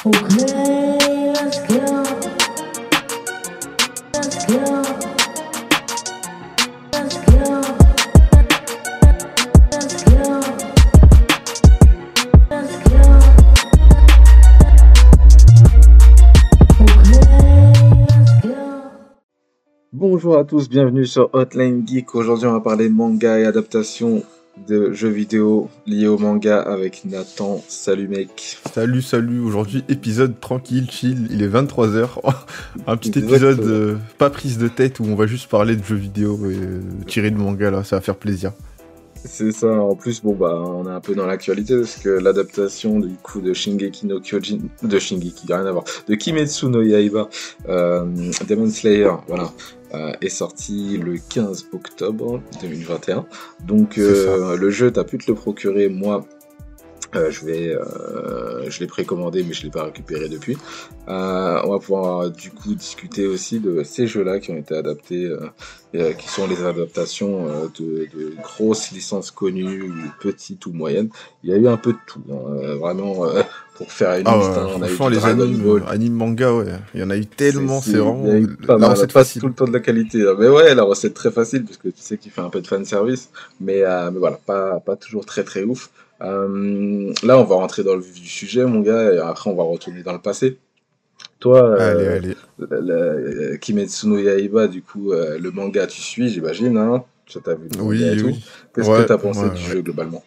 Okay, let's go. Let's go. Let's go. Let's go. Let's go. Okay, let's go. Bonjour à tous, bienvenue sur Hotline Geek. Aujourd'hui, on va parler manga et adaptation de jeux vidéo liés au manga avec Nathan. Salut mec. Salut, aujourd'hui épisode tranquille, chill, il est 23h. Un petit Exactement. épisode pas prise de tête où on va juste parler de jeux vidéo et tirer de manga là, ça va faire plaisir. C'est ça, en plus, on est un peu dans l'actualité parce que l'adaptation du coup de Shingeki no Kyojin, de Shingeki, rien à voir, de Kimetsu no Yaiba, Demon Slayer, voilà, est sorti le 15 octobre 2021. Donc, C'est ça. le jeu, t'as pu te le procurer, moi. Je l'ai précommandé, mais je l'ai pas récupéré depuis. On va pouvoir du coup discuter aussi de ces jeux-là qui ont été adaptés, qui sont les adaptations de grosses licences connues, ou petites ou moyennes. Il y a eu un peu de tout, hein, vraiment. Pour faire une Ah liste, ouais, hein, on a eu franchement du les Dragon Ball. animes manga, ouais, il y en a eu tellement, c'est Il y vraiment a eu pas la mal, recette pas facile. tout le temps de la qualité, hein. Mais ouais, la recette très facile, parce que tu sais qu'il fait un peu de fanservice, mais voilà, pas toujours très très ouf. Là, on va rentrer dans le vif du sujet, mon gars, et après on va retourner dans le passé. Toi, Allez. Kimetsu no Yaiba, du coup, le manga, tu suis, j'imagine, hein, tu as vu le manga et tout. Oui. Qu'est-ce que t'as pensé du jeu, globalement?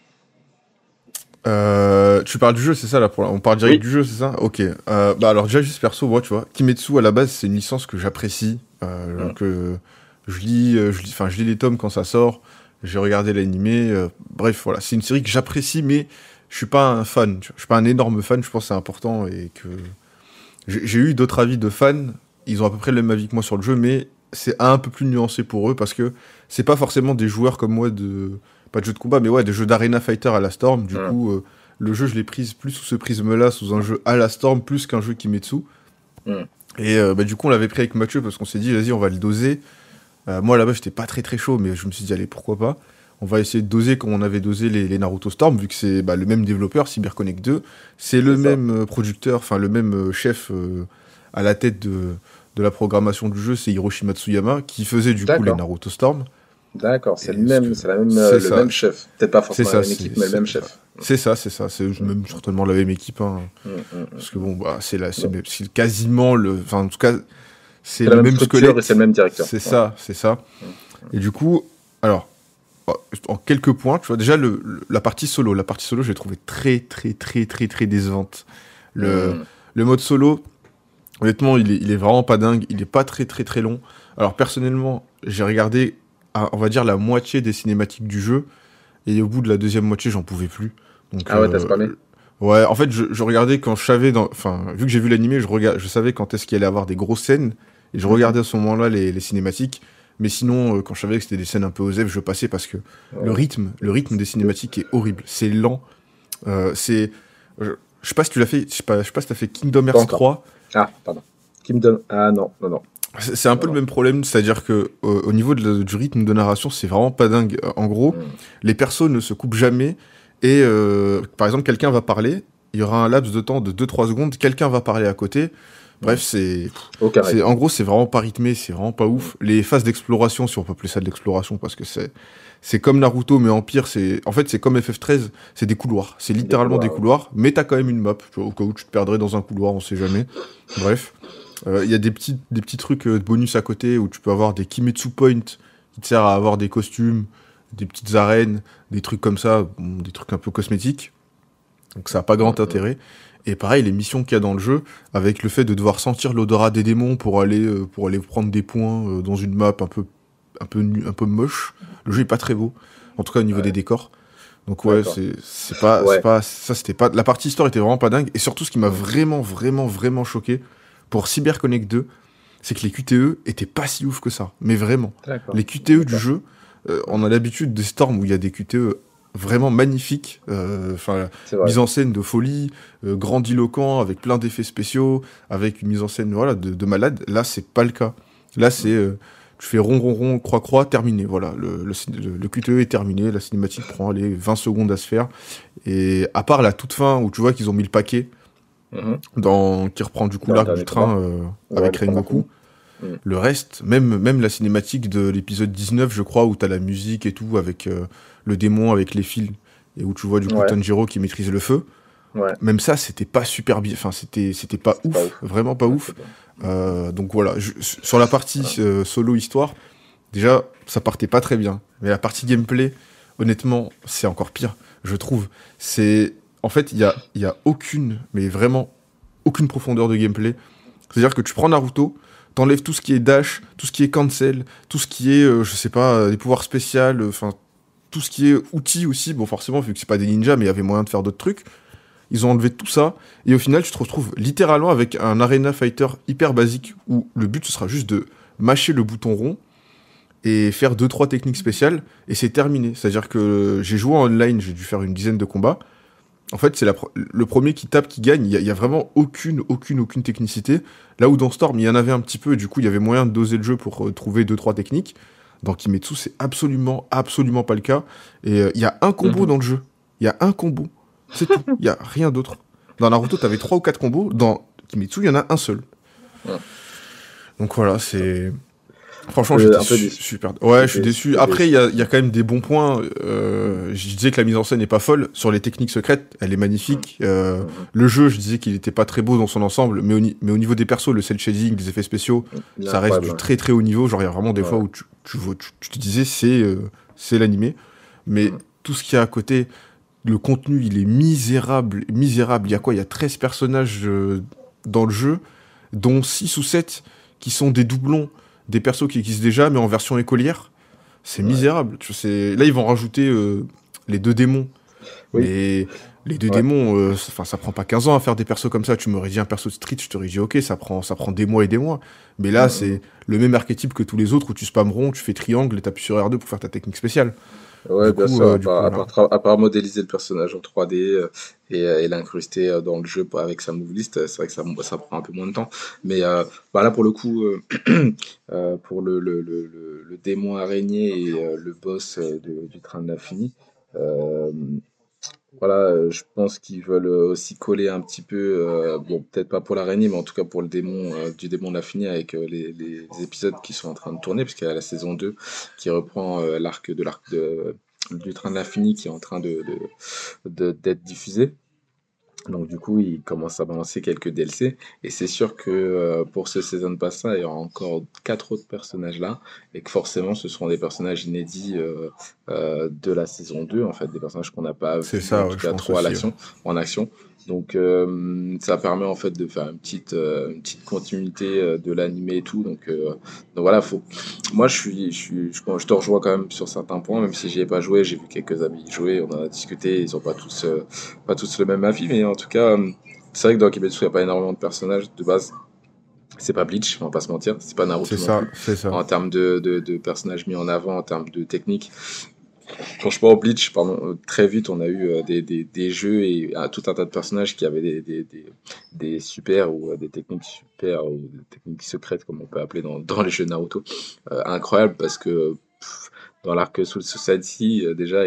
Tu parles du jeu, c'est ça là on parle direct Oui. du jeu, c'est ça. Ok. Bah alors déjà juste perso, moi tu vois, Kimetsu à la base c'est une licence que j'apprécie, donc je lis les tomes quand ça sort, j'ai regardé l'animé, bref voilà, c'est une série que j'apprécie mais je suis pas un fan, tu vois. Je suis pas un énorme fan, je pense que c'est important et que j'ai eu d'autres avis de fans, ils ont à peu près le même avis que moi sur le jeu, mais c'est un peu plus nuancé pour eux parce que c'est pas forcément des joueurs comme moi pas de jeux de combat, mais ouais, des jeux d'Arena Fighter à la Storm. Du coup, le jeu, je l'ai prise plus sous ce prisme-là, sous un jeu à la Storm, plus qu'un jeu Kimetsu. Mm. Et du coup, on l'avait pris avec Mathieu parce qu'on s'est dit, vas-y, on va le doser. Moi, là-bas, j'étais pas très très chaud, mais je me suis dit, allez, pourquoi pas. On va essayer de doser comme on avait dosé les Naruto Storm, vu que c'est le même développeur, CyberConnect 2. C'est le C'est ça. même producteur, enfin, le même chef à la tête de la programmation du jeu, c'est Hiroshi Matsuyama, qui faisait du coup les D'accord. Naruto Storm. D'accord, c'est Et le même, c'est le ça. même chef. Peut-être pas C'est forcément ça, la même équipe, mais le même chef. C'est ça. C'est même certainement la même équipe, hein. Parce que bon, c'est quasiment enfin, en tout cas, c'est C'est le la même même structure squelette. et c'est le même directeur. C'est ça. Et du coup, alors, en quelques points, tu vois, déjà, la partie solo, je l'ai trouvé très décevante. Le mode solo, honnêtement, il est vraiment pas dingue, il est pas très long. Alors, personnellement, j'ai regardé, on va dire, la moitié des cinématiques du jeu, et au bout de la deuxième moitié, j'en pouvais plus. Donc, Ah ouais, t'as spammé? ouais, en fait, je regardais quand je savais, enfin, vu que j'ai vu l'animé, je savais quand est-ce qu'il allait avoir des grosses scènes, et je regardais à ce moment-là les cinématiques. Mais sinon, quand je savais que c'était des scènes un peu osef, je passais parce que le rythme des cinématiques est horrible. C'est lent. Je sais pas si tu l'as fait, je sais pas si t'as fait Kingdom Pas Hearts encore. 3. Ah, pardon. Qui me donne... Ah non. C'est un peu le même problème, c'est-à-dire que au niveau du rythme de narration, c'est vraiment pas dingue. En gros, les persos ne se coupent jamais et par exemple, quelqu'un va parler, il y aura un laps de temps de 2-3 secondes, quelqu'un va parler à côté. Bref, Au carré. en gros, c'est vraiment pas rythmé, c'est vraiment pas ouf. Les phases d'exploration, si on peut appeler ça de l'exploration, parce que c'est comme Naruto, mais en pire, en fait, c'est comme FF13, c'est des couloirs. C'est littéralement des couloirs, mais t'as quand même une map, tu vois, au cas où tu te perdrais dans un couloir, on sait jamais. Bref. Il y a des petits trucs de bonus à côté où tu peux avoir des Kimetsu Point qui te servent à avoir des costumes, des petites arènes, des trucs comme ça, des trucs un peu cosmétiques. Donc ça n'a pas grand intérêt. Et pareil, les missions qu'il y a dans le jeu, avec le fait de devoir sentir l'odorat des démons pour aller prendre des points dans une map un peu moche. Le jeu est pas très beau, en tout cas au niveau des décors. Donc ouais, c'était pas. La partie histoire était vraiment pas dingue. Et surtout, ce qui m'a vraiment choqué pour CyberConnect 2, c'est que les QTE étaient pas si ouf que ça. Mais vraiment. D'accord. Les QTE du jeu, on a l'habitude des Storm où il y a des QTE vraiment magnifiques, C'est vrai. mise en scène de folie, grandiloquent, avec plein d'effets spéciaux, avec une mise en scène voilà, de malade. Là, c'est pas le cas. Là, c'est tu fais rond, croix, terminé. Voilà, le QTE est terminé, la cinématique prend les 20 secondes à se faire. Et à part la toute fin où tu vois qu'ils ont mis le paquet, Mhm. qui reprend du coup Dans le l'arc dernier du train Ouais, avec le train Rengoku. d'infini. Le reste, même la cinématique de l'épisode 19, je crois, où t'as la musique et tout, avec le démon, avec les fils, et où tu vois du coup Ouais, Tanjiro qui maîtrise le feu. ouais, Même ça, c'était pas super bien, enfin, c'était pas c'était pas ouf, ouf. vraiment pas Ouais, ouf. c'était pas. Donc voilà, sur la partie Voilà. solo histoire, déjà, ça partait pas très bien. Mais la partie gameplay, honnêtement, c'est encore pire, je trouve. C'est, en fait, il y a aucune, mais vraiment aucune profondeur de gameplay. C'est-à-dire que tu prends Naruto, t'enlèves tout ce qui est dash, tout ce qui est cancel, tout ce qui est, je sais pas, des pouvoirs spéciaux, enfin, tout ce qui est outils aussi. Bon, forcément, vu que c'est pas des ninjas, mais il y avait moyen de faire d'autres trucs. Ils ont enlevé tout ça, et au final, tu te retrouves littéralement avec un arena fighter hyper basique, où le but, ce sera juste de mâcher le bouton rond, et faire deux trois techniques spéciales, et c'est terminé. C'est-à-dire que j'ai joué en online, j'ai dû faire une dizaine de combats. En fait, c'est le premier qui tape qui gagne. Il y a vraiment aucune technicité. Là où dans Storm, il y en avait un petit peu, et du coup, il y avait moyen de doser le jeu pour trouver deux trois techniques. Dans Kimetsu, c'est absolument pas le cas. Et il y a un combo Mhm. dans le jeu. Il y a un combo. C'est tout. Il y a rien d'autre. Dans Naruto, t'avais trois ou quatre combos. Dans Kimetsu, il y en a un seul. Ouais. Donc voilà, c'est... Franchement, Un peu déçu. super. Ouais, je suis J'étais déçu. super Après, déçu. il y a quand même des bons points. Je disais que la mise en scène n'est pas folle. Sur les techniques secrètes, elle est magnifique. Mhm. Le jeu, je disais qu'il était pas très beau dans son ensemble, mais mais au niveau des persos, le cel shading, les effets spéciaux, Il est ça reste incroyable. du très haut niveau. Genre, il y a vraiment des fois Ouais. où tu te disais, c'est l'animé. Mais Mhm. tout ce qu'il y a à côté, le contenu, il est misérable. Il y a quoi? Il y a 13 personnages dans le jeu, dont 6 ou 7 qui sont des doublons des persos qui existent déjà, mais en version écolière. C'est Ouais. misérable. Là, ils vont rajouter les deux démons. Oui. Mais les deux Ouais. démons, ça prend pas 15 ans à faire des persos comme ça. Tu m'aurais dit un perso de Street, je t'aurais dit ok, ça prend des mois et des mois. Mais là, c'est le même archétype que tous les autres où tu spams rond, tu fais triangle et t'appuies sur R2 pour faire ta technique spéciale. Ouais, bien sûr, Du coup, voilà. à part modéliser le personnage en 3D et l'incruster dans le jeu avec sa move list, c'est vrai que ça prend un peu moins de temps. Mais bah là, pour le coup, pour le démon araignée et le boss du train de l'infini, euh, voilà, je pense qu'ils veulent aussi coller un petit peu, bon, peut-être pas pour l'araignée, mais en tout cas pour le démon, du démon de l'infini avec les épisodes qui sont en train de tourner, puisqu'il y a la saison 2 qui reprend du train de l'infini qui est en train d'être diffusé. Donc du coup, ils commencent à balancer quelques DLC et c'est sûr que pour ce Season Pass là, il y aura encore quatre autres personnages là et que forcément ce seront des personnages inédits de la saison 2 en fait, des personnages qu'on n'a pas C'est vus en ça, ouais, tout je cas pense trop à aussi. Ouais. l'action, en action. Donc ça permet en fait de faire une petite continuité de l'animé et tout. Donc voilà, moi je te rejoins quand même sur certains points, même si j'y ai pas joué, j'ai vu quelques amis y jouer, on en a discuté, ils ont pas tous le même avis, mais en tout cas, c'est vrai que dans Kimetsu, il n'y a pas énormément de personnages de base. C'est pas Bleach, on va pas se mentir, c'est pas C'est Naruto non ça, plus. c'est ça. En termes de personnages mis en avant, en termes de technique. Franchement, Bleach, pardon, très vite, on a eu des jeux et tout un tas de personnages qui avaient des super ou des techniques super ou des techniques secrètes, comme on peut appeler dans les jeux de Naruto. Incroyable parce que dans l'arc Soul Society, déjà,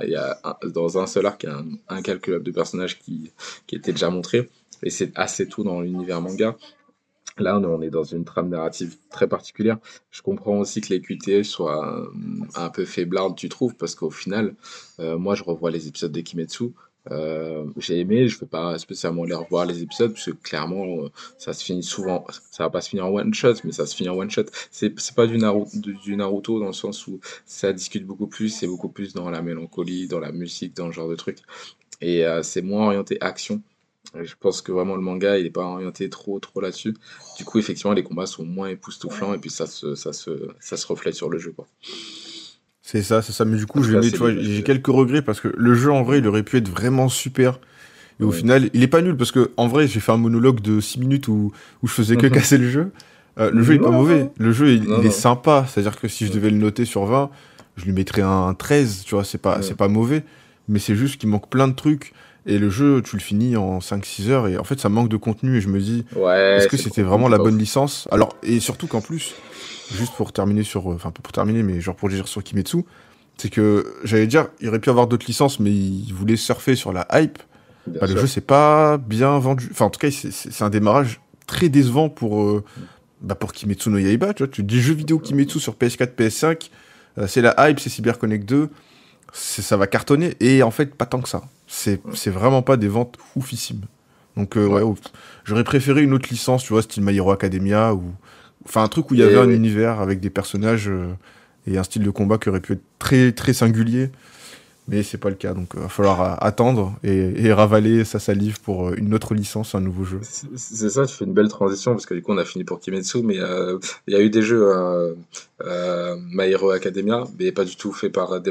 dans un seul arc, il y a un incalculable de personnages qui étaient déjà montrés. Et c'est assez tout dans l'univers manga. Là, on est dans une trame narrative très particulière. Je comprends aussi que les QTE soient un peu faiblardes, tu trouves, parce qu'au final, moi, je revois les épisodes de Kimetsu. J'ai aimé, je ne veux pas spécialement les revoir les épisodes, parce que clairement, ça se finit souvent, ça va pas se finir en one shot, mais ça se finit en one shot. C'est pas du Naruto dans le sens où ça discute beaucoup plus, c'est beaucoup plus dans la mélancolie, dans la musique, dans le genre de truc. Et c'est moins orienté action. Je pense que vraiment le manga il est pas orienté trop là-dessus. Du coup effectivement les combats sont moins époustouflants et puis ça se reflète sur le jeu quoi. C'est ça. Mais du En coup, tout cas tu c'est vois, l'image j'ai que. quelques regrets parce que le jeu, en vrai, il Mhm. aurait pu être vraiment super. Et au Mhm. final, il est pas nul parce que, en vrai, j'ai fait un monologue de 6 minutes où je faisais que Mhm. casser le jeu. Le jeu est pas Non, mauvais. Le jeu, non, il est non. sympa. C'est-à-dire que si je Mhm. devais le noter sur 20, je lui mettrais un 13. Tu vois, c'est Mhm. pas mauvais. Mais c'est juste qu'il manque plein de trucs. Et le jeu, tu le finis en 5-6 heures. Et en fait, ça manque de contenu. Et je me dis, est-ce Ouais, que c'est le c'était contenu vraiment qui est la pas bonne ouf. licence? Alors, et surtout qu'en plus, juste pour terminer enfin, pas pour terminer, mais genre pour dire sur Kimetsu, c'est que, j'allais dire, il aurait pu avoir d'autres licences, mais il voulait surfer sur la hype. bien bah, le jeu sûr. c'est pas bien vendu. Enfin, en tout cas, c'est un démarrage très décevant pour Kimetsu no Yaiba. Tu vois, tu dis jeu vidéo Kimetsu sur PS4, PS5, c'est la hype, c'est CyberConnect 2, ça va cartonner. Et en fait, pas tant que ça. C'est vraiment pas des ventes oufissimes. Donc, Ouais. ouais, j'aurais préféré une autre licence, tu vois, style My Hero Academia, ou. Enfin, un truc où il y avait Et un oui. univers avec des personnages et un style de combat qui aurait pu être très, très singulier. Mais c'est pas le cas, donc il va falloir attendre et ravaler sa salive pour une autre licence, un nouveau jeu. C'est ça, tu fais une belle transition parce que du coup on a fini pour Kimetsu, mais il y a eu des jeux My Hero Academia, mais pas du tout fait par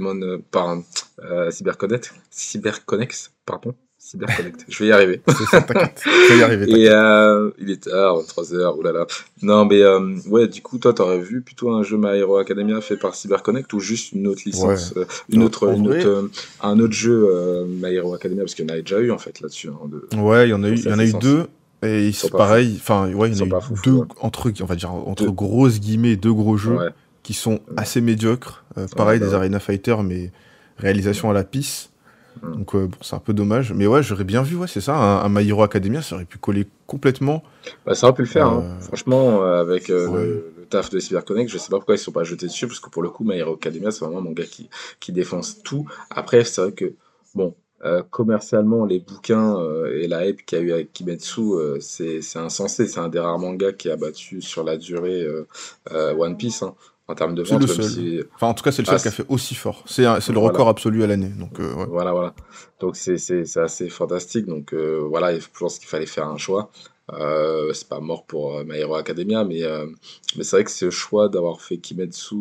CyberConnect, pardon, CyberConnect. Je vais y arriver. C'est ça, t'inquiète. Tu vas y arriver, Et t'inquiète. il est tard, 23 h, oulala. Non, mais ouais, du coup toi t'aurais vu plutôt un jeu My Hero Academia fait par CyberConnect ou juste une autre Ouais. licence, En vrai, un autre jeu My Hero Academia parce qu'il y en a déjà eu en fait là-dessus hein, ouais, pour il y cette en a eu licence. deux. Et Ils sont c'est pas fous. pareil, enfin, ouais, il Ils y en a sont eu pas foufou, deux, hein. on va dire, entre Deux. grosses guillemets, deux gros jeux Ouais. qui sont Mm. assez médiocres. Ouais, Pareil, bah des ouais. Arena Fighter, mais réalisation Mm. à la pisse. Mm. Donc, bon, c'est un peu dommage. Mais ouais, j'aurais bien vu, ouais, c'est ça, un My Hero Academia, ça aurait pu coller complètement. Bah, ça aurait pu le faire, hein. Euh, Franchement, avec ouais. le taf de CyberConnect, je sais pas pourquoi ils sont pas jetés dessus, parce que pour le coup, My Hero Academia, c'est vraiment mon gars qui défonce tout. Après, c'est vrai que, bon, commercialement, les bouquins et la hype qu'il y a eu avec Kimetsu, c'est insensé. C'est un des rares mangas qui a battu sur la durée One Piece, hein, en termes de C'est le vente, même seul. si. Enfin, en tout cas, c'est le Ah, seul qui a fait aussi fort. C'est le voilà. record absolu à l'année. Donc, ouais. Voilà, voilà. Donc c'est assez fantastique. Donc voilà, je pense qu'il fallait faire un choix. C'est pas mort pour My Hero Academia, mais c'est vrai que ce choix d'avoir fait Kimetsu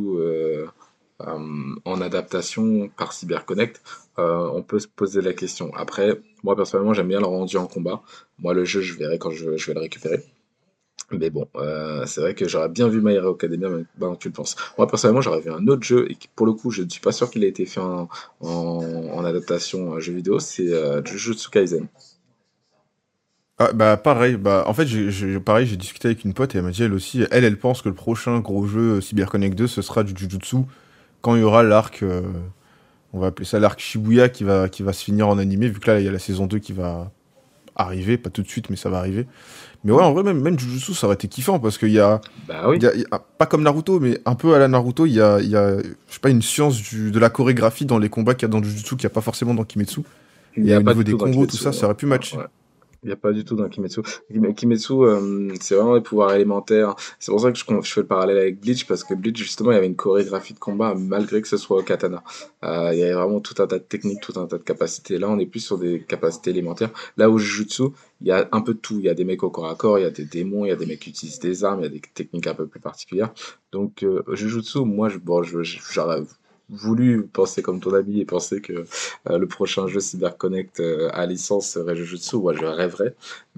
en adaptation par CyberConnect, on peut se poser la question. Après, moi personnellement, j'aime bien le rendu en combat. Moi, le jeu, je verrai quand je vais le récupérer. Mais bon, c'est vrai que j'aurais bien vu My Hero Academia, mais ben, tu le penses. Moi, personnellement, j'aurais vu un autre jeu, et qui, pour le coup, je ne suis pas sûr qu'il ait été fait en adaptation jeu vidéo, c'est Jujutsu Kaisen. Ah, bah, pareil. Bah, en fait, pareil, j'ai discuté avec une pote et elle m'a dit, elle aussi, elle pense que le prochain gros jeu CyberConnect 2, ce sera du Jujutsu quand il y aura l'arc, on va appeler ça l'arc Shibuya qui va se finir en animé, vu que là, il y a la saison 2 qui va arriver, pas tout de suite, mais ça va arriver. Mais ouais, Mm. en vrai, même Jujutsu, ça aurait été kiffant parce qu'il Bah oui, pas comme Naruto, mais un peu à la Naruto, je sais pas, une science de la chorégraphie dans les combats qu'il y a dans Jujutsu qu'il n'y a pas forcément dans Kimetsu. il n'y Et a au pas niveau du des tout dans combos, tout Kimetsu, ça, ça hein. aurait pu matcher. Ouais. Il n'y a pas du tout dans Kimetsu. Kimetsu, c'est vraiment des pouvoirs élémentaires. C'est pour ça que je fais le parallèle avec Bleach, parce que Bleach, justement, il y avait une chorégraphie de combat, malgré que ce soit au katana. Il y avait vraiment tout un tas de techniques, tout un tas de capacités. Là, on est plus sur des capacités élémentaires. Là, au Jujutsu, il y a un peu de tout. Il y a des mecs au corps à corps, il y a des démons, il y a des mecs qui utilisent des armes, il y a des techniques un peu plus particulières. Donc, Jujutsu, moi, j'aurais voulu penser comme ton ami et penser que le prochain jeu CyberConnect à licence serait Jujutsu. Ouais, je rêverais.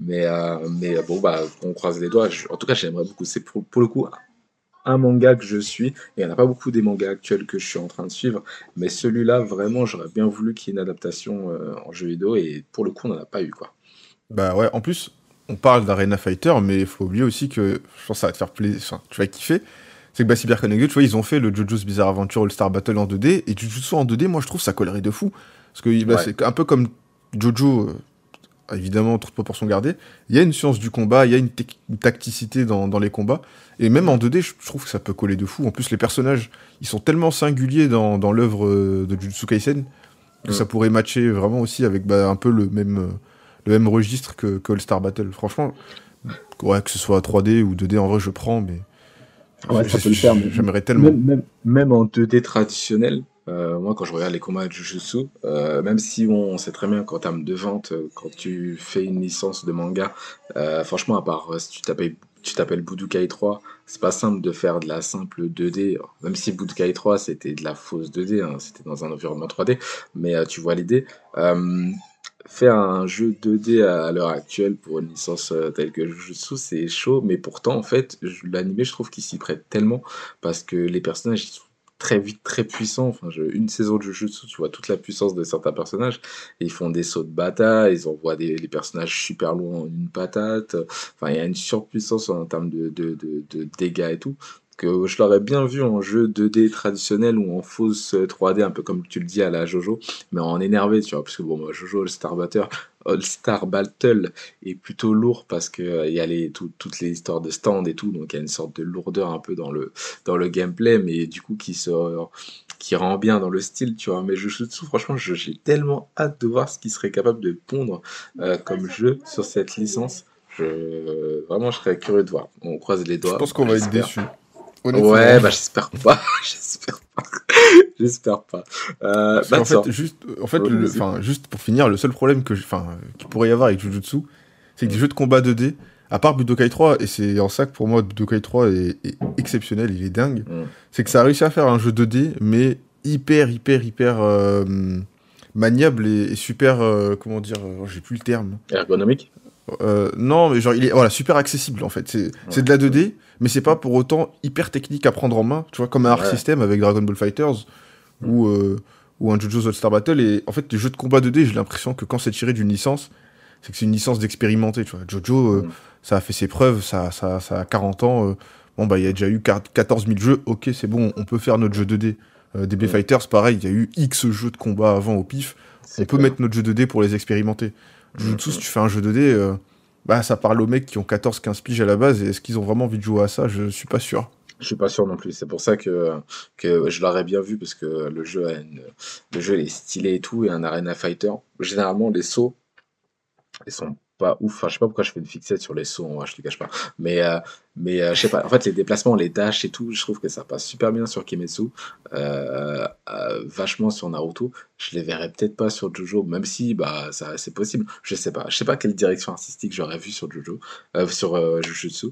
Mais bon, bah, on croise les doigts. En tout cas, j'aimerais beaucoup. C'est pour le coup un manga que je suis. Il n'y en a pas beaucoup des mangas actuels que je suis en train de suivre. Mais celui-là, vraiment, j'aurais bien voulu qu'il y ait une adaptation en jeu vidéo. Et pour le coup, on n'en a pas eu, quoi. Bah ouais, en plus, on parle d'Arena Fighter, mais il faut oublier aussi que, je pense que ça va te faire plaisir, enfin, tu vas kiffer, c'est que bah, CyberConnect 2, tu vois, ils ont fait le JoJo's Bizarre Adventure All-Star Battle en 2D, et Jujutsu en 2D, moi je trouve ça collerait de fou. Parce que bah, Ouais. c'est un peu comme Jojo, évidemment, toute proportion gardée, il y a une science du combat, il y a une tacticité dans les combats, et même en 2D, je trouve que ça peut coller de fou. En plus, les personnages, ils sont tellement singuliers dans l'œuvre de Jujutsu Kaisen, que Mm. ça pourrait matcher vraiment aussi avec bah, un peu le même registre que All-Star Battle. Franchement, ouais, que ce soit 3D ou 2D, en vrai, je prends, mais Ouais, ça peut le faire, mais j'aimerais tellement. même en 2D traditionnel, moi quand je regarde les combats de Jujutsu, même si on sait très bien qu'en termes de vente, quand tu fais une licence de manga, franchement, à part si tu t'appelles Budokai 3, c'est pas simple de faire de la simple 2D. Alors, même si Budokai 3 c'était de la fausse 2D, hein, c'était dans un environnement 3D, mais tu vois l'idée. Euh, Faire un jeu 2D à l'heure actuelle pour une licence telle que Jujutsu, c'est chaud, mais pourtant, en fait, l'anime, je trouve qu'il s'y prête tellement parce que les personnages, ils sont très vite, très puissants. Enfin, une saison de Jujutsu, tu vois toute la puissance de certains personnages. Et ils font des sauts de bataille, ils envoient les personnages super loin en une patate. Enfin, il y a une surpuissance en termes de dégâts et tout que je l'aurais bien vu en jeu 2D traditionnel ou en fausse 3D, un peu comme tu le dis à la Jojo, mais en énervé, tu vois, parce que bon, moi, Jojo All-Star Battle est plutôt lourd parce que il y a toutes les histoires de stand et tout, donc il y a une sorte de lourdeur un peu dans le gameplay, mais du coup qui rend bien dans le style, tu vois. Mais Jujutsu, franchement, j'ai tellement hâte de voir ce qu'il serait capable de pondre comme jeu sur cette licence. Vraiment, je serais curieux de voir. On croise les Je doigts, pense qu'on va être j'espère. déçus. Honnêtement. Ouais, bah j'espère pas, j'espère pas, j'espère pas. Parce Bah qu'en tiens, fait, vas-y. juste pour finir, le seul problème qu'il pourrait y avoir avec Jujutsu, c'est que des Mm, jeux de combat 2D, à part Budokai 3, et c'est en ça que pour moi Budokai 3 est exceptionnel, il est dingue, mm. c'est que ça a réussi à faire un jeu 2D, mais hyper maniable et super, comment dire, j'ai plus le terme. Ergonomique? Non, mais genre, il est voilà, super accessible en fait. C'est Ouais, de la 2D, mais c'est pas pour autant hyper technique à prendre en main, tu vois, comme un Arc ouais. System avec Dragon Ball Fighters Mm, ou, euh, ou un JoJo's All-Star Battle. Et en fait, les jeux de combat 2D, j'ai l'impression que quand c'est tiré d'une licence, c'est que c'est une licence d'expérimenter, tu vois. Jojo, mm, ça a fait ses preuves, ça a 40 ans. Bon, bah, il y a déjà eu 14 000 jeux, ok, c'est bon, on peut faire notre jeu 2D. DB mm. Fighters, pareil, il y a eu X jeux de combat avant au pif. On C'est peut clair. mettre notre jeu 2D pour les expérimenter. Mm, Jujutsu, si mm. tu fais un jeu 2D, bah, ça parle aux mecs qui ont 14-15 piges à la base, et est-ce qu'ils ont vraiment envie de jouer à ça? Je suis pas sûr. Je suis pas sûr non plus. C'est pour ça que je l'aurais bien vu parce que le jeu il est stylé et tout et un arena fighter. Généralement les sauts ils sont pas ouf. Enfin, je sais pas pourquoi je fais une fixette sur les sauts, en vrai, je te cache pas. Mais, euh, je sais pas. En fait, les déplacements, les dashs et tout, je trouve que ça passe super bien sur Kimetsu. Vachement sur Naruto. Je les verrais peut-être pas sur Jojo, même si, bah, ça, c'est possible. Je sais pas. Je sais pas quelle direction artistique j'aurais vu sur Jojo, sur Jujutsu.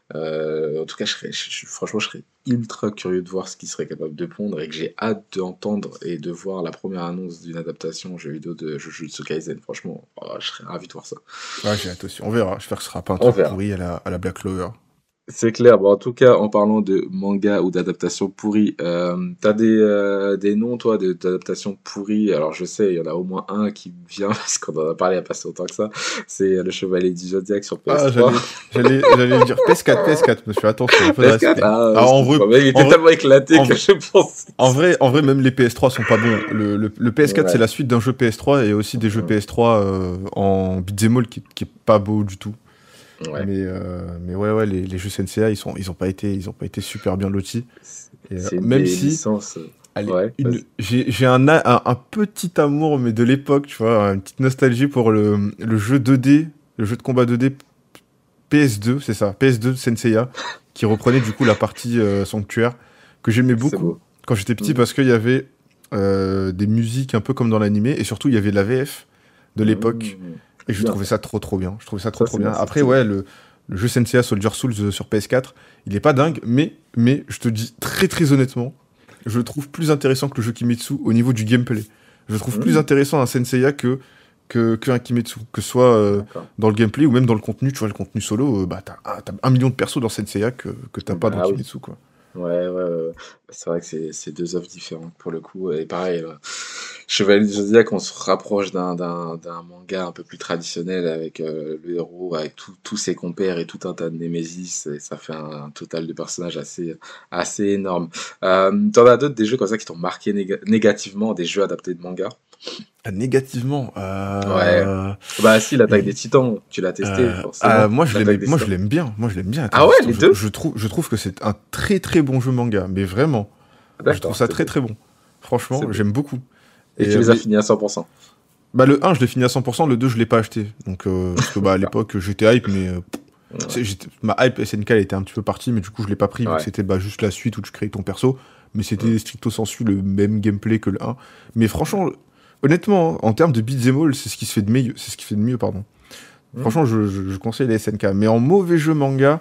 En tout cas, franchement, je serais ultra curieux de voir ce qu'il serait capable de pondre et que j'ai hâte d'entendre et de voir la première annonce d'une adaptation jeu vidéo de Jujutsu Kaisen. Franchement, oh, je serais ravi de voir ça. Ouais, j'ai hâte aussi. On verra. J'espère que ce sera pas un On truc verra. pourri à la Black Clover. C'est clair. Bon, en tout cas, en parlant de manga ou d'adaptation pourrie, t'as des noms, toi, d'adaptations pourries. Alors, je sais, il y en a au moins un qui me vient, parce qu'on en a parlé il n'y a pas si longtemps que ça. C'est Le Chevalier du Zodiaque sur Ah, PS3. j'allais le dire. PS4, monsieur, attention, un peu de PS4, respect. ah, Ah, mais il était tellement éclaté en que vrai, je pense. en vrai, même les PS3 sont pas bons. Le PS4, c'est Ouais. la suite d'un jeu PS3 et aussi des jeux Mm. PS3 en beat'em all qui est pas beau du tout. Ouais. Mais ouais, les jeux SNCA, ils ont pas été super bien lotis. Et, C'est une même des si, licences. allez, Ouais, vas-y. j'ai un petit amour, mais de l'époque, tu vois, une petite nostalgie pour le jeu 2D, le jeu de combat 2D PS2, c'est ça, PS2 Senseiya, qui reprenait du coup la partie sanctuaire, que j'aimais C'est beaucoup beau. quand j'étais petit Mm. parce qu'il y avait des musiques un peu comme dans l'animé, et surtout il y avait la VF de l'époque. Mm. Et C'est je bien trouvais ça. ça trop bien. Je trouvais ça Ça, trop c'est bien. bien, c'est Après, stylé. ouais, le jeu Senseiya Soldier Souls sur PS4, il est pas dingue, mais je te dis très honnêtement, je le trouve plus intéressant que le jeu Kimetsu au niveau du gameplay. Je le trouve plus Mm. intéressant un Senseiya que un Kimetsu. Que ce soit D'accord. dans le gameplay ou même dans le contenu, tu vois, le contenu solo, bah t'as 1 million de persos dans Senseiya que t'as pas dans Bah oui. Kimetsu, quoi. Ouais. C'est vrai que c'est deux œuvres différentes pour le coup. Et pareil, Chevalier du Zodiac, on se rapproche d'un manga un peu plus traditionnel avec le héros, avec tous ses compères et tout un tas de némésis. Et ça fait un total de personnages assez énorme. T'en as d'autres des jeux comme ça qui t'ont marqué négativement, des jeux adaptés de manga? Ah, négativement, Ouais. Bah si, l'Attaque des Titans, tu l'as testé forcément. moi L'Attaque des moi Titans. je l'aime bien. Moi je l'aime bien. Ah Attaque ouais, des les Titans. deux? Je trouve que c'est un très bon jeu manga, mais vraiment. Je trouve D'accord, ça c'est beau. très bon. C'est Franchement, beau. j'aime beaucoup. Et Et tu les as finis à 100%. bah le 1, je l'ai fini à 100%, le 2, je l'ai pas acheté. Donc parce que bah à D'accord. l'époque, j'étais hype, mais Ouais. ma hype SNK elle était un petit peu partie, mais du coup, je l'ai pas pris vu que Ouais. c'était bah juste la suite où tu crées ton perso, mais Mm. c'était stricto sensu le même gameplay que le 1. Mais franchement, honnêtement, hein, en termes de beat'em all, c'est ce qui se fait de mieux, c'est ce qui fait de mieux, pardon. Mm. Franchement, je conseille les SNK. Mais en mauvais jeu manga,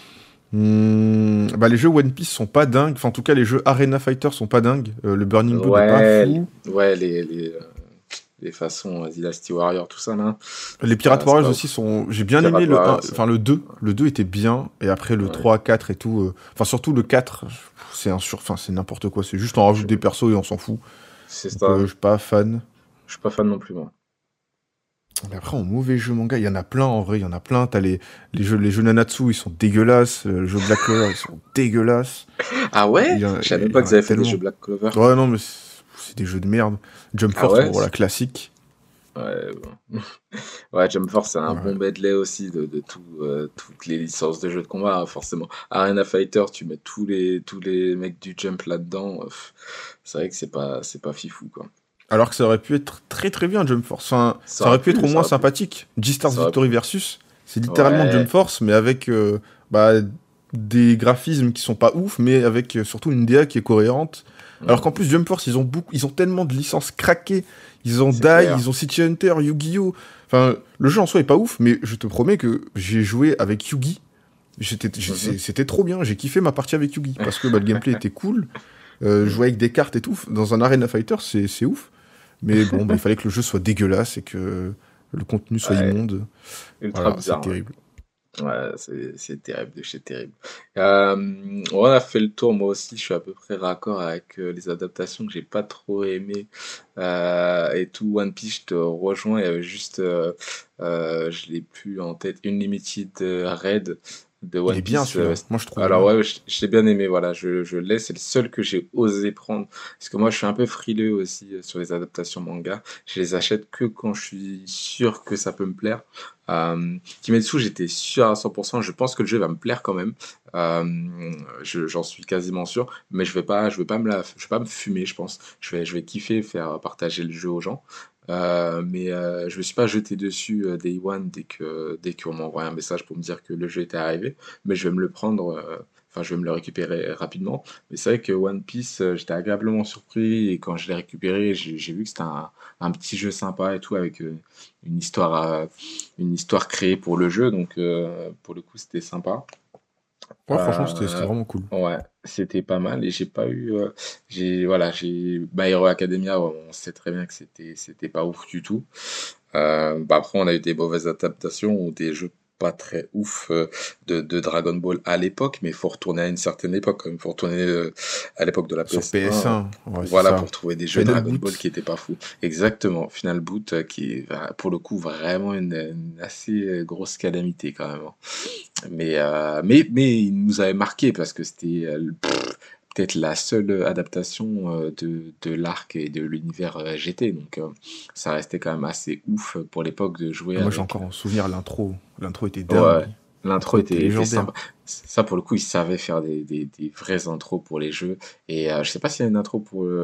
bah les jeux One Piece sont pas dingues. Enfin, en tout cas, les jeux Arena Fighter sont pas dingues. Le Burning Blood est pas Ouais, fou. ouais, les façons Dynasty Warrior, tout ça là, Les c'est Pirate c'est Warriors pas aussi ouf. sont. J'ai bien aimé Pirate le 1, Warrior, ça. enfin le 2. Le 2 était bien. Et après le Ouais. 3, 4 et tout. Enfin, surtout le 4, enfin, c'est n'importe quoi. C'est juste on rajoute des persos et on s'en fout. C'est Donc, ça. je suis pas fan. Je suis pas fan non plus, moi. Mais après, en mauvais jeu manga, il y en a plein en vrai, il y en a plein. T'as les jeux Nanatsu, ils sont dégueulasses. Le jeu Black Clover, ils sont dégueulasses. Ah ouais? Je savais même pas Il y en qu'ils a avaient fait des tellement. jeux Black Clover. Ouais, non, mais c'est des jeux de merde. Jump Ah Force, bon, ouais? voilà, classique. Ouais, bon. Ouais, Jump Force, c'est un bon Ouais. medley aussi de toutes les licences de jeux de combat, hein, forcément. Arena Fighter, tu mets tous les mecs du Jump là-dedans. C'est vrai que c'est pas fifou, quoi. Alors que ça aurait pu être très très bien, Jump Force. Enfin, Ça ça aurait aurait pu être pu, au ça moins aurait pu, sympathique. G-Stars ça aurait pu. Victory Versus, c'est littéralement Jump Ouais. Force, mais avec bah, des graphismes qui sont pas ouf, mais avec surtout une DA qui est cohérente. Alors Mm, qu'en plus, Jump Force, ils ont tellement de licences craquées. Ils ont c'est Dai, clair. ils ont City Hunter, Yu-Gi-Oh! Enfin, le jeu en soi est pas ouf, mais je te promets que j'ai joué avec Yugi. Mhm. C'était trop bien, j'ai kiffé ma partie avec Yugi, parce que bah, le gameplay était cool. Mm. Jouer avec des cartes et tout, dans un Arena Fighter, c'est ouf. Mais bon, bah, il fallait que le jeu soit dégueulasse et que le contenu soit Ouais, immonde. ultra Voilà, c'est bizarre, ouais. terrible. Ouais, c'est terrible de chez terrible. On a fait le tour, moi aussi, je suis à peu près raccord avec les adaptations que j'ai pas trop aimées et tout. One Piece, je te rejoins, il y avait juste, je l'ai plus en tête, Unlimited Red de Il One est bien Piece. celui-là, moi je trouve Alors bien. ouais, je l'ai bien aimé, voilà, je l'ai, c'est le seul que j'ai osé prendre, parce que moi je suis un peu frileux aussi sur les adaptations manga. Je les achète que quand je suis sûr que ça peut me plaire. Kimetsu, j'étais sûr à 100%. Je pense que le jeu va me plaire quand même. J'en suis quasiment sûr. Mais je vais pas me fumer, je pense. Je vais kiffer faire partager le jeu aux gens. Mais je me suis pas jeté dessus Day One dès qu'on m'a envoyé un message pour me dire que le jeu était arrivé. Mais je vais me le prendre. Enfin, je vais me le récupérer rapidement. Mais c'est vrai que One Piece, j'étais agréablement surpris. Et quand je l'ai récupéré, j'ai vu que c'était un petit jeu sympa et tout avec une histoire créée pour le jeu, donc pour le coup c'était sympa. Ouais, franchement, c'était Euh, vraiment cool. ouais, c'était pas mal et j'ai pas eu, j'ai My Hero Academia, ouais, on sait très bien que c'était pas ouf du tout. Bah après, on a eu des mauvaises adaptations ou des jeux pas très ouf de Dragon Ball à l'époque, mais il faut retourner à une certaine époque, quand même. Il faut retourner à l'époque de la Sur PS1, PS1, ouais, c'est voilà, ça. pour trouver des jeux Final Dragon Ball qui Boot. étaient pas fous. Exactement, Final Boot, qui est pour le coup vraiment une assez grosse calamité quand même, hein. Mais il nous avait marqué parce que c'était peut-être la seule adaptation de l'arc et de l'univers GT. Donc ça restait quand même assez ouf pour l'époque de jouer Moi, j'ai avec. encore en souvenir l'intro. L'intro était Ouais, dingue. l'intro L'intro était était légendaire. sympa. Ça, pour le coup, ils savaient faire des vraies intros pour les jeux. Et je sais pas s'il y a une intro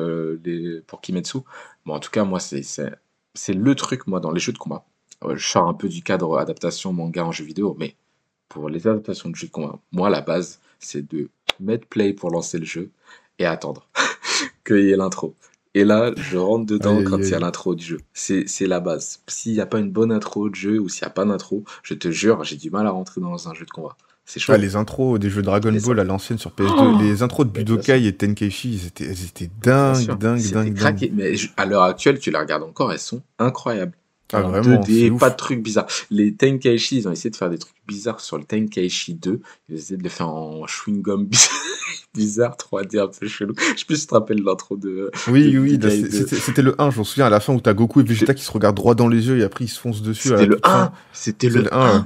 pour Kimetsu. Mais en tout cas, moi, c'est le truc, moi, dans les jeux de combat. Je sors un peu du cadre adaptation manga en jeu vidéo, mais pour les adaptations de jeux de combat, moi, la base, c'est de mettre play pour lancer le jeu et attendre qu'il y ait l'intro. Et là, je rentre Aïe, dedans aïe, quand il y a aïe. l'intro du jeu. C'est la base. S'il n'y a pas une bonne intro de jeu ou s'il n'y a pas d'intro, je te jure, j'ai du mal à rentrer dans un jeu de combat. C'est Ah, chaud. les intros des jeux Dragon Les... Ball à l'ancienne sur PS2, Oh, les intros de mais bien sûr, Budokai et Tenkaichi, elles étaient bien dingues, sûr. dingues, C'était dingues, dingues. craqué. Mais à l'heure actuelle, tu les regardes encore, elles sont incroyables. Ah, En vraiment, c'est 2D, pas de ouf. trucs bizarres. Les Tenkaichi, ils ont essayé de faire des trucs bizarres sur le Tenkaichi 2. Ils ont essayé de le faire en chewing-gum bizarre, 3D un peu chelou. Je sais plus si tu te rappelles l'intro de Oui, oui, là, Budokai 2. c'était le 1, je m'en souviens, à la fin où t'as Goku et Vegeta qui se regardent droit dans les yeux et après ils se foncent dessus à C'était la le toute fin. 1, c'était C'est le le 1, ouais. 1.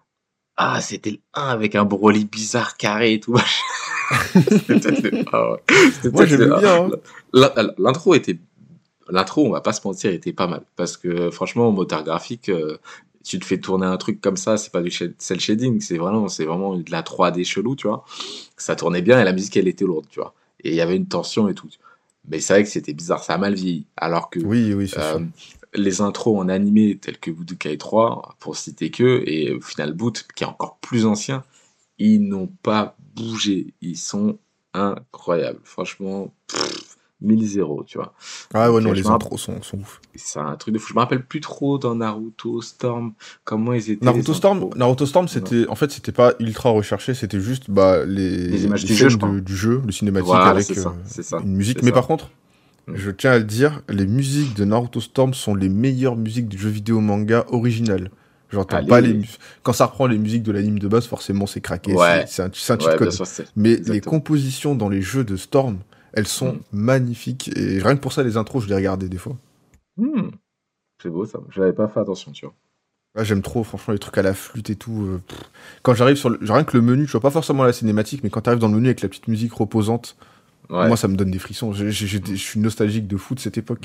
Ah, c'était le 1 avec un Broly bizarre carré et tout. C'était peut-être le 1, ouais. C'était Moi, peut-être j'aimais le 1. bien, hein. L'intro était, l'intro, on va pas se mentir, était pas mal. Parce que franchement, au moteur graphique, tu te fais tourner un truc comme ça, c'est pas du cel shading, c'est vraiment de la 3D chelou, tu vois. Ça tournait bien et la musique, elle était lourde, tu vois. Et il y avait une tension et tout. Mais c'est vrai que c'était bizarre, ça a mal vieilli. Alors que Oui, oui, c'est sûr. euh, les intros en animé, tels que Budokai 3, pour citer que, et Final Boot, qui est encore plus ancien, ils n'ont pas bougé. Ils sont incroyables. Franchement, 1000-0, tu vois. Ah ouais, Donc, non, les intros sont ouf. c'est un truc de fou. Je me rappelle plus trop dans Naruto, Storm, comment ils étaient les intros. Naruto Storm, Non. c'était, en fait, c'était pas ultra recherché, c'était juste, bah, Les images les du jeu, je scènes crois. du jeu, le cinématique Voilà, c'est avec ça, c'est ça, une musique. c'est Mais ça. par contre, Mm. je tiens à le dire, les musiques de Naruto Storm sont les meilleures musiques du jeu vidéo manga original. Genre, t'as pas Allez, quand ça reprend les musiques de l'anime de base, forcément, c'est craqué, ouais, c'est un cheat ouais, bien code. sûr, c'est Mais les exactement. compositions dans les jeux de Storm, elles sont Mm. magnifiques. Et rien que pour ça, les intros, je les regardais des fois. Mm. C'est beau ça. J'avais pas fait attention, tu vois. Ah, j'aime trop, franchement, les trucs à la flûte et tout. Quand j'arrive sur rien que le menu, je vois pas forcément la cinématique, mais quand t'arrives dans le menu avec la petite musique reposante, moi, Ouais. ça me donne des frissons. Je suis nostalgique de fou de cette époque.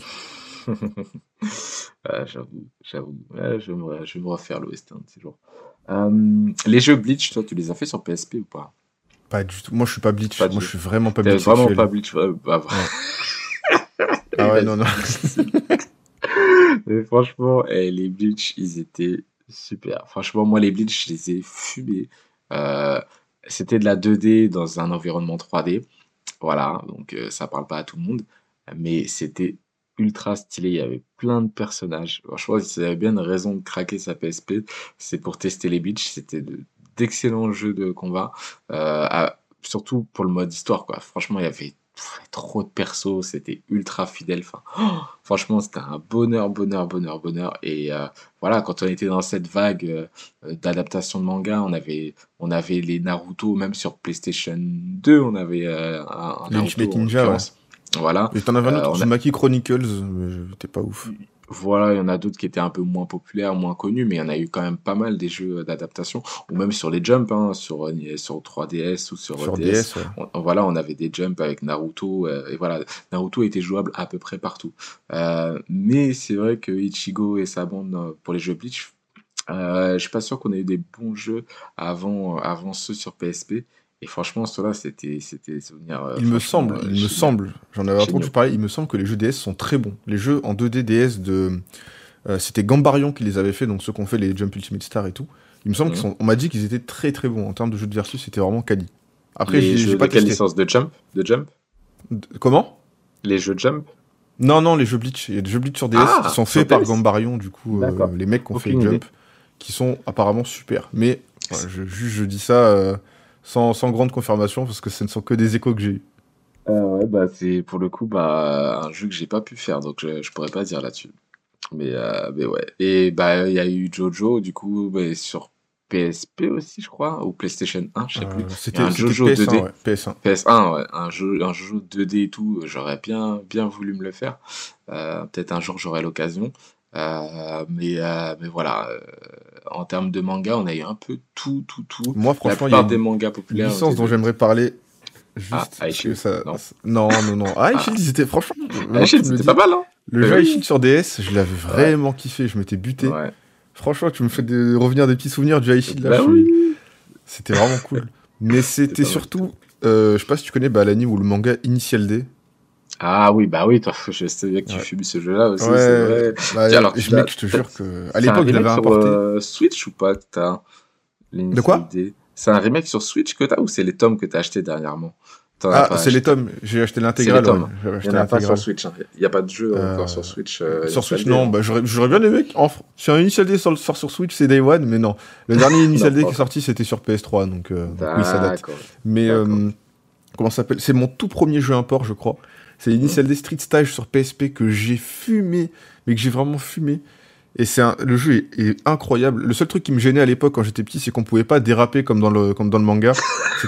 Ah, j'avoue. Ouais, je vais me refaire le western de ces jours. Les jeux Bleach, toi, tu les as fait sur PSP ou pas? Pas du tout. Moi, je suis pas Bleach. Pas Moi, du je tout. suis vraiment pas T'es Bleach vraiment pas sexuel. Bleach, ouais, bah, Ouais. Ah ouais, non, vas-y, non. difficile. Mais franchement, les Bleach, ils étaient super. Franchement, moi, les Bleach, je les ai fumés. Euh, C'était de la 2D dans un environnement 3D. Voilà, donc ça parle pas à tout le monde, mais c'était ultra stylé. Il y avait plein de personnages. Franchement, si vous avez bien une raison de craquer sa PSP, c'est pour tester les Bleach. C'était d'excellents jeux de combat, surtout pour le mode histoire, quoi. Franchement, il y avait trop de persos, c'était ultra fidèle. Enfin, franchement, c'était un bonheur, bonheur, bonheur, bonheur. Et voilà, quand on était dans cette vague d'adaptation de manga, on avait les Naruto, même sur PlayStation 2, on avait un Les Naruto Ultimate en Ninja, ouais. l'occurrence. Voilà. Et t'en avais un autre, On a, Uzumaki Chronicles, mais t'es pas ouf. voilà, il y en a d'autres qui étaient un peu moins populaires, moins connus, mais il y en a eu quand même pas mal des jeux d'adaptation, ou même sur les Jump, hein, sur 3DS ou sur Sur DS. DS, ouais. Voilà, on avait des Jump avec Naruto, et voilà, Naruto était jouable à peu près partout. Mais c'est vrai que Ichigo et sa bande pour les jeux Bleach, je suis pas sûr qu'on ait eu des bons jeux avant ceux sur PSP. Et franchement, ceux-là, c'était des souvenirs franchement Il me semble, j'en avais entendu géniaux. parler, il me semble que les jeux DS sont très bons. Les jeux en 2D DS c'était Gambarion qui les avait fait, donc ceux qui ont fait les Jump Ultimate Star et tout. Il me semble Mhm. on m'a dit qu'ils étaient très très bons en termes de jeux de versus, c'était vraiment quali. Après, Les j'ai jeux de pas quelle testé. licence? De Jump? De Jump? Comment? Les jeux Jump? Non, non, les jeux Bleach. Il y a des jeux Bleach sur DS qui Ah, sont sur faits par DS? Gambarion, du coup, D'accord. les mecs qui ont fait Aucune idée. Jump, qui sont apparemment super. Mais voilà, je dis ça sans grande confirmation, parce que ce ne sont que des échos que j'ai eu. Ouais, bah c'est pour le coup un jeu que j'ai pas pu faire, donc je pourrais pas dire là-dessus. Mais ouais. Et bah il y a eu Jojo du coup bah, sur PSP aussi, je crois, ou PlayStation 1, je sais plus. Il y a un C'était Jojo PS1, 2D. ouais, PS1. PS1, ouais, un jeu 2D et tout, j'aurais bien voulu me le faire. Peut-être un jour j'aurai l'occasion. Mais voilà, en termes de manga, on a eu un peu tout, tout, tout. Moi, La franchement, il y a plupart des une mangas populaires ont licence été dont de... j'aimerais parler, Ah, juste High parce que Shield, ça... non? Non, non, non. Ah, High Ah, Shield, ils étaient... Franchement, maintenant High que tu Shield, me le c'était pas dis, mal, hein? le T'as jeu High vu? Shield sur DS, je l'avais Ouais, vraiment kiffé, je m'étais buté. ouais. Franchement, tu me fais revenir des petits souvenirs du High Shield, là, Bah oui! c'était vraiment cool. Mais C'était c'était pas mal. surtout, je sais pas si tu connais l'anime ou le manga Initial D. Ah oui, bah oui, toi, je savais que tu Ouais. fumes ce jeu-là aussi, c'est Ouais, vrai. bah, Tiens, alors, mec, je te jure que à c'est un l'époque, je l'avais remake sur importé. Switch ou pas que t'as De l'Initial quoi? D? C'est un remake sur Switch que t'as ou c'est les tomes que t'as acheté dernièrement? T'en as Ah, pas c'est les acheté. tomes. J'ai acheté C'est les l'intégrale, ouais. tomes, hein. J'avais Il n'y acheté en a pas sur l'intégrale. Switch, hein. Il n'y a pas de jeu encore sur Euh, Switch Sur Initial Switch, D, non. hein. Bah, j'aurais bien aimé. Si un Initial D sort sur Switch, c'est Day One, mais non. Le dernier Non, Initial D pas qui est encore. sorti, c'était sur PS3, donc oui, ça date. D'accord, Mais d'accord. comment ça s'appelle? C'est mon tout premier jeu import, je crois. C'est Mhm. Initial D Street Stage sur PSP que j'ai fumé, mais que j'ai vraiment fumé. Et le jeu est incroyable. Le seul truc qui me gênait à l'époque quand j'étais petit, c'est qu'on pouvait pas déraper comme dans le manga.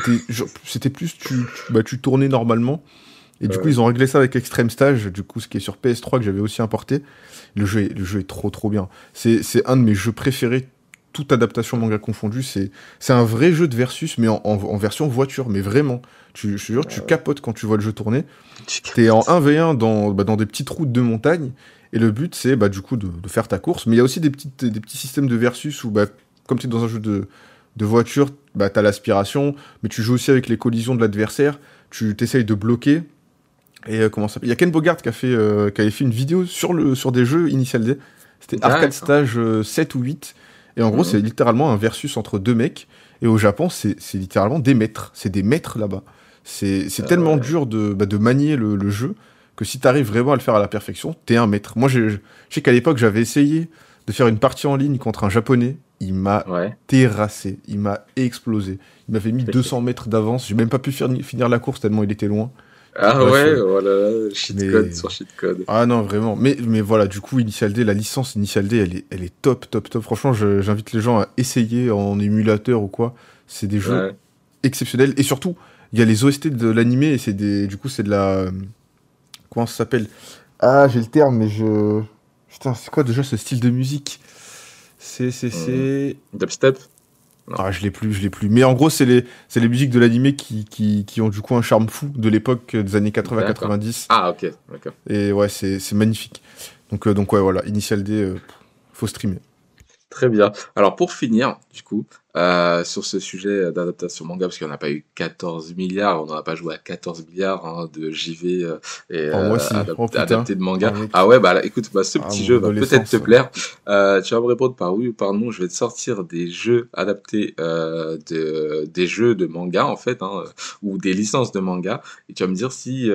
C'était plus tu tournais normalement. Et du coup, Ouais. ils ont réglé ça avec Extreme Stage, du coup, ce qui est sur PS3 que j'avais aussi importé. Le jeu est trop trop bien. C'est un de mes jeux préférés, toute adaptation manga confondue. C'est un vrai jeu de versus, mais en version voiture, mais vraiment. Je te jure, tu capotes quand tu vois le jeu tourner. T'es en 1v1 dans des petites routes de montagne, et le but c'est du coup de faire ta course. Mais il y a aussi des petits systèmes de versus où, comme tu es dans un jeu de voiture, t'as l'aspiration, mais tu joues aussi avec les collisions de l'adversaire, tu t'essayes de bloquer. Et comment ça s'appelle? Il y a Ken Bogart qui avait fait une vidéo sur des jeux Initial D. C'était Arcade D'accord. Stage 7 ou 8. Et en gros, Mhm. c'est littéralement un versus entre deux mecs. Et au Japon, c'est littéralement des maîtres. C'est des maîtres là-bas. C'est tellement Ouais. dur de manier le jeu que si t'arrives vraiment à le faire à la perfection, t'es un maître. Moi, je sais qu'à l'époque, j'avais essayé de faire une partie en ligne contre un japonais. Il m'a Ouais. terrassé. Il m'a explosé. Il m'avait mis 200 mètres d'avance. J'ai même pas pu finir la course tellement il était loin. Ah Bref, ouais, voilà, cheat code mais... sur cheat code. Ah non, vraiment. Mais voilà, du coup, Initial D, la licence Initial D, elle est top, top, top. Franchement, j'invite les gens à essayer en émulateur ou quoi. C'est des jeux Ouais. exceptionnels. Et surtout, il y a les OST de l'animé et du coup, c'est de la... Comment ça s'appelle? Ah, j'ai le terme, mais je... Putain, c'est quoi déjà ce style de musique? C'est... Dubstep? Non. Ah, je l'ai plus. Mais en gros, c'est les musiques de l'animé qui ont du coup un charme fou de l'époque des années 80-90. Ah, ok, d'accord. Et ouais, c'est magnifique. Donc ouais, voilà, Initial D, faut streamer. Très bien. Alors pour finir, du coup, sur ce sujet d'adaptation manga, parce qu'il n'y en a pas eu 14 milliards, on n'en a pas joué à 14 milliards hein, de JV et Oh, moi aussi. Putain. adaptés de manga. Ah, mec. Ah ouais, bah là, écoute, bah, ce petit mon jeu va peut-être adolescence, te plaire. Tu vas me répondre par oui ou par non. Je vais te sortir des jeux adaptés des jeux de manga en fait, hein, ou des licences de manga, et tu vas me dire si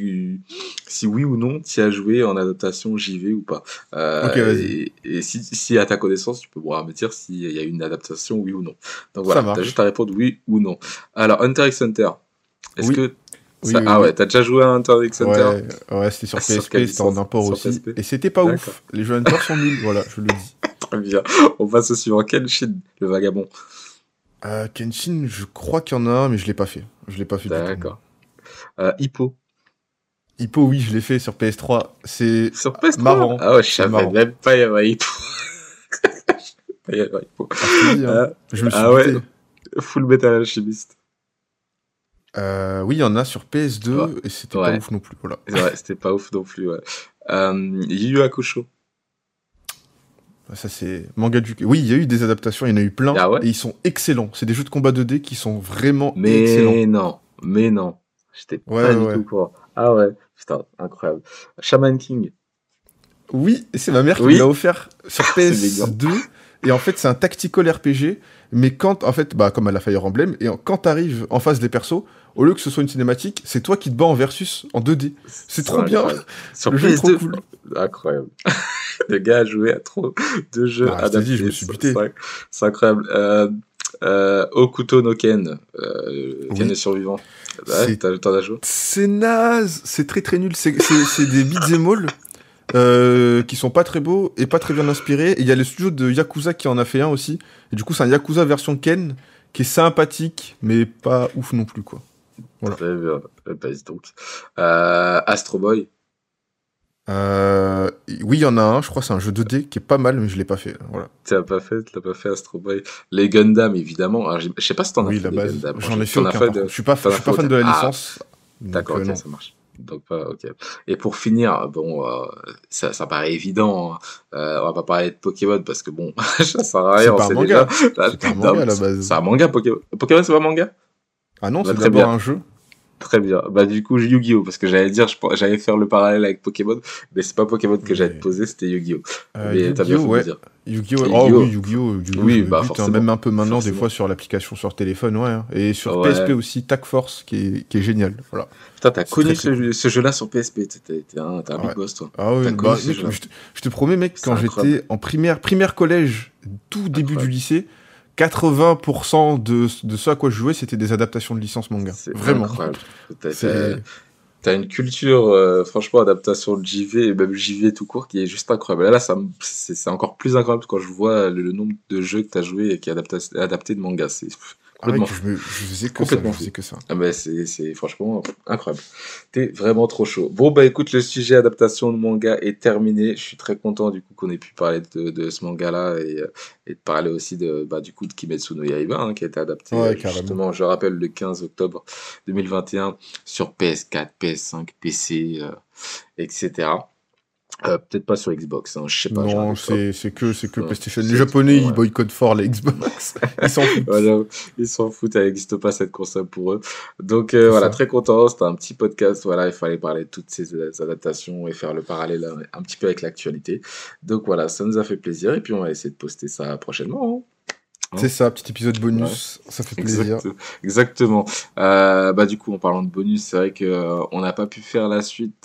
si oui ou non tu as joué en adaptation JV ou pas. Ok, vas-y. Et si à ta connaissance, tu peux me dire s'il y a une adaptation, oui ou non. Donc Ça voilà, marche. t'as juste à répondre oui ou non. Alors, Hunter x Hunter, est-ce Oui. que... Oui, ça... oui, Ah oui. ouais, t'as déjà joué à Hunter x Hunter? Ouais, c'était sur Sur PSP, quelle c'était en licence? import Sur aussi. PSP? Et c'était pas D'accord. ouf. Les jeux Hunter sont nuls, voilà, je le dis. Très bien. On passe au suivant. Kenshin, le vagabond. Kenshin, je crois qu'il y en a un, mais je l'ai pas fait. Je l'ai pas fait du tout. D'accord. Hippo. Hippo, oui, je l'ai fait sur PS3. C'est Sur PS3? marrant. Ah ouais, je C'est savais marrant. même pas y avoir Hippo. Je savais pas y avoir Hippo. Ah, je te dis, hein. Je me suis Ah ouais, buté. Full Metal Alchemist. Oui, il y en a sur PS2 Ouais. et c'était Ouais. pas ouf non plus. Voilà. Ouais, c'était pas ouf non plus, ouais. Yu Yu Hakusho. Ça, c'est manga du. Oui, il y a eu des adaptations, il y en a eu plein. Ah ouais? Et ils sont excellents. C'est des jeux de combat 2D qui sont vraiment excellents. Mais non. J'étais Ouais, pas du ouais. tout au courant. Ah ouais, putain, incroyable. Shaman King. Oui, et c'est ma mère qui Oui. me l'a offert sur C'est mignon. PS2. Et en fait, c'est un tactical RPG. Mais quand, en fait, bah, comme à la Fire Emblem, et quand t'arrives en face des persos, au lieu que ce soit une cinématique, c'est toi qui te bats en versus en 2D. C'est trop bien. incroyable. Sur Le jeu est trop PS2. cool. Incroyable. Le gars a joué à trop de jeux Ah, je t'ai adaptés. dit, je me suis buté. C'est incroyable. Okuto no Ken. Ken Oui. est survivant. Ouais, C'est- t'en as joué? C'est naze. C'est très très nul. C'est des beat'em all. Qui sont pas très beaux et pas très bien inspirés. Et il y a le studio de Yakuza qui en a fait un aussi. Et du coup, c'est un Yakuza version Ken qui est sympathique, mais pas ouf non plus, quoi. Voilà. Très bien. Vas-y donc. Astro Boy. Oui, il y en a un, je crois que c'est un jeu 2D qui est pas mal, mais je l'ai pas fait. Voilà. Tu l'as pas fait Astro Boy. Les Gundam, évidemment. Alors, je sais pas si t'en as Oui, fait la des base. Gundam. J'en ai fait T'en as aucun. fait Par de- contre. Je suis pas t'en as fan fait de la aucun. licence. Donc, D'accord, ok, non. ça marche. Donc, ok. Et pour finir, bon, ça paraît évident, hein. On va pas parler de Pokémon parce que bon, ça sert à rien, C'est on pas un sait manga. déjà. C'est un Non, manga à la base. C'est un manga, Pokémon. Pokémon, c'est pas un manga? Ah non, Bah, c'est très d'abord bien. un jeu. Très bien. Bah, du coup, Yu-Gi-Oh! Parce que j'allais dire, j'allais faire le parallèle avec Pokémon, mais c'est pas Pokémon que j'allais te Mais- poser, c'était Yu-Gi-Oh! Mais t'as bien fait Yu-Gi-Oh, de me ouais. dire. Yu-Gi-Oh! Et Oh Yu-Gi-Oh! oui, Yu-Gi-Oh! Oui, je me bah, bute, hein, forcément. même un peu maintenant, Forcément. des fois sur l'application sur téléphone, ouais. Hein. Et sur Ouais. PSP aussi, Tag Force, qui est génial. Voilà. Putain, t'as C'est connu très, très ce jeu-là sur PSP. T'es un Ouais. big boss, toi. Ah oui, T'as bah, connu ce mec, jeu-là. je te promets, mec, C'est quand incroyable. j'étais en primaire collège, tout début Incroyable. du lycée, 80% de ce à quoi je jouais, c'était des adaptations de licences manga. C'est Vraiment. incroyable. C'est... T'as une culture, franchement, adaptation de JV, et même JV tout court, qui est juste incroyable. Là, c'est encore plus incroyable quand je vois le nombre de jeux que t'as joué et qui est adapté de manga. C'est Ah ouais, complètement que je faisais que ça, Complètement je faisais que ça. Ah bah c'est franchement incroyable. T'es vraiment trop chaud. Bon bah écoute, le sujet adaptation de manga est terminé. Je suis très content du coup qu'on ait pu parler de ce manga-là et de parler aussi du coup de Kimetsu no Yaiba hein, qui a été adapté Ouais, carrément. justement, je rappelle, le 15 octobre 2021 sur PS4, PS5, PC, etc. Peut-être pas sur Xbox, hein, je sais pas. Non, j'arrive c'est que Ouais, PlayStation. Les c'est- Japonais, ouais. ils boycottent fort les Xbox. Ils s'en foutent. Voilà, ils s'en foutent, elle n'existe pas cette console pour eux. Donc ça. très content, c'était un petit podcast, voilà, il fallait parler de toutes ces adaptations et faire le parallèle un petit peu avec l'actualité. Donc voilà, ça nous a fait plaisir et puis on va essayer de poster ça prochainement. Hein. C'est ça, petit épisode bonus. Ça fait plaisir. Exactement. Du coup, en parlant de bonus, c'est vrai que on n'a pas pu faire la suite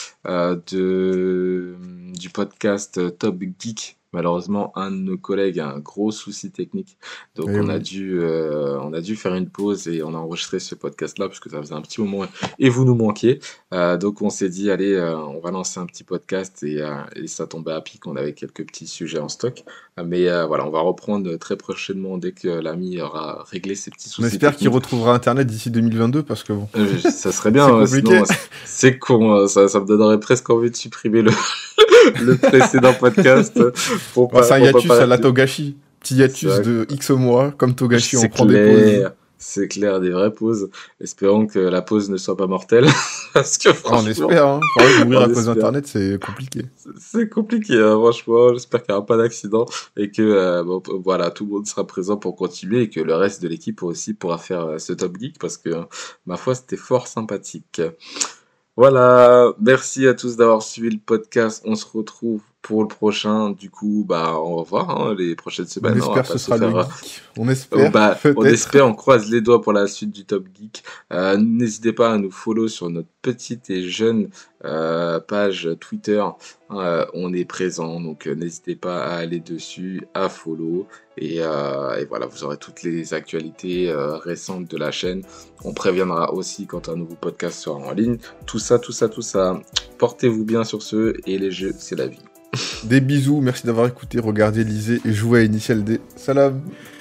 du podcast Top Geek. Malheureusement, un de nos collègues a un gros souci technique, donc Eh on a oui. dû faire une pause et on a enregistré ce podcast-là parce que ça faisait un petit moment et vous nous manquiez. Donc on s'est dit allez, on va lancer un petit podcast et ça tombait à pic. On avait quelques petits sujets en stock, mais voilà, on va reprendre très prochainement dès que l'ami aura réglé ses petits soucis. On espère qu'il techniques. retrouvera Internet d'ici 2022 parce que bon. Ça serait bien, C'est hein, compliqué. sinon c'est con, ça me donnerait presque envie de supprimer le précédent podcast. Pour Bah, c'est un pour hiatus pas à la paraître- Togashi. Petit hiatus C'est vrai. de X mois, comme Togashi, on C'est prend des pauses. clair. C'est clair, des vraies pauses. Espérons que la pause ne soit pas mortelle. Parce que Ah, on franchement, espère, hein. Par contre, mourir on à cause espère. d'Internet, c'est compliqué. C'est compliqué, hein, franchement. J'espère qu'il n'y aura pas d'accident et que voilà, tout le monde sera présent pour continuer et que le reste de l'équipe aussi pourra faire ce Top Geek parce que, ma foi, c'était fort sympathique. Voilà, merci à tous d'avoir suivi le podcast. On se retrouve pour le prochain. Du coup, bah, on va voir hein, les prochaines On semaines. On va espère que pas ce se sera le faire. geek. On espère, Bah, on peut-être. espère, on croise les doigts pour la suite du Top Geek. N'hésitez pas à nous follow sur notre petite et jeune page Twitter. On est présent, donc n'hésitez pas à aller dessus, à follow. Et voilà, vous aurez toutes les actualités récentes de la chaîne. On préviendra aussi quand un nouveau podcast sera en ligne. Tout ça. Portez-vous bien sur ce, et les jeux, c'est la vie. Des bisous, merci d'avoir écouté, regardé, lisez et joué à Initial D. Salam.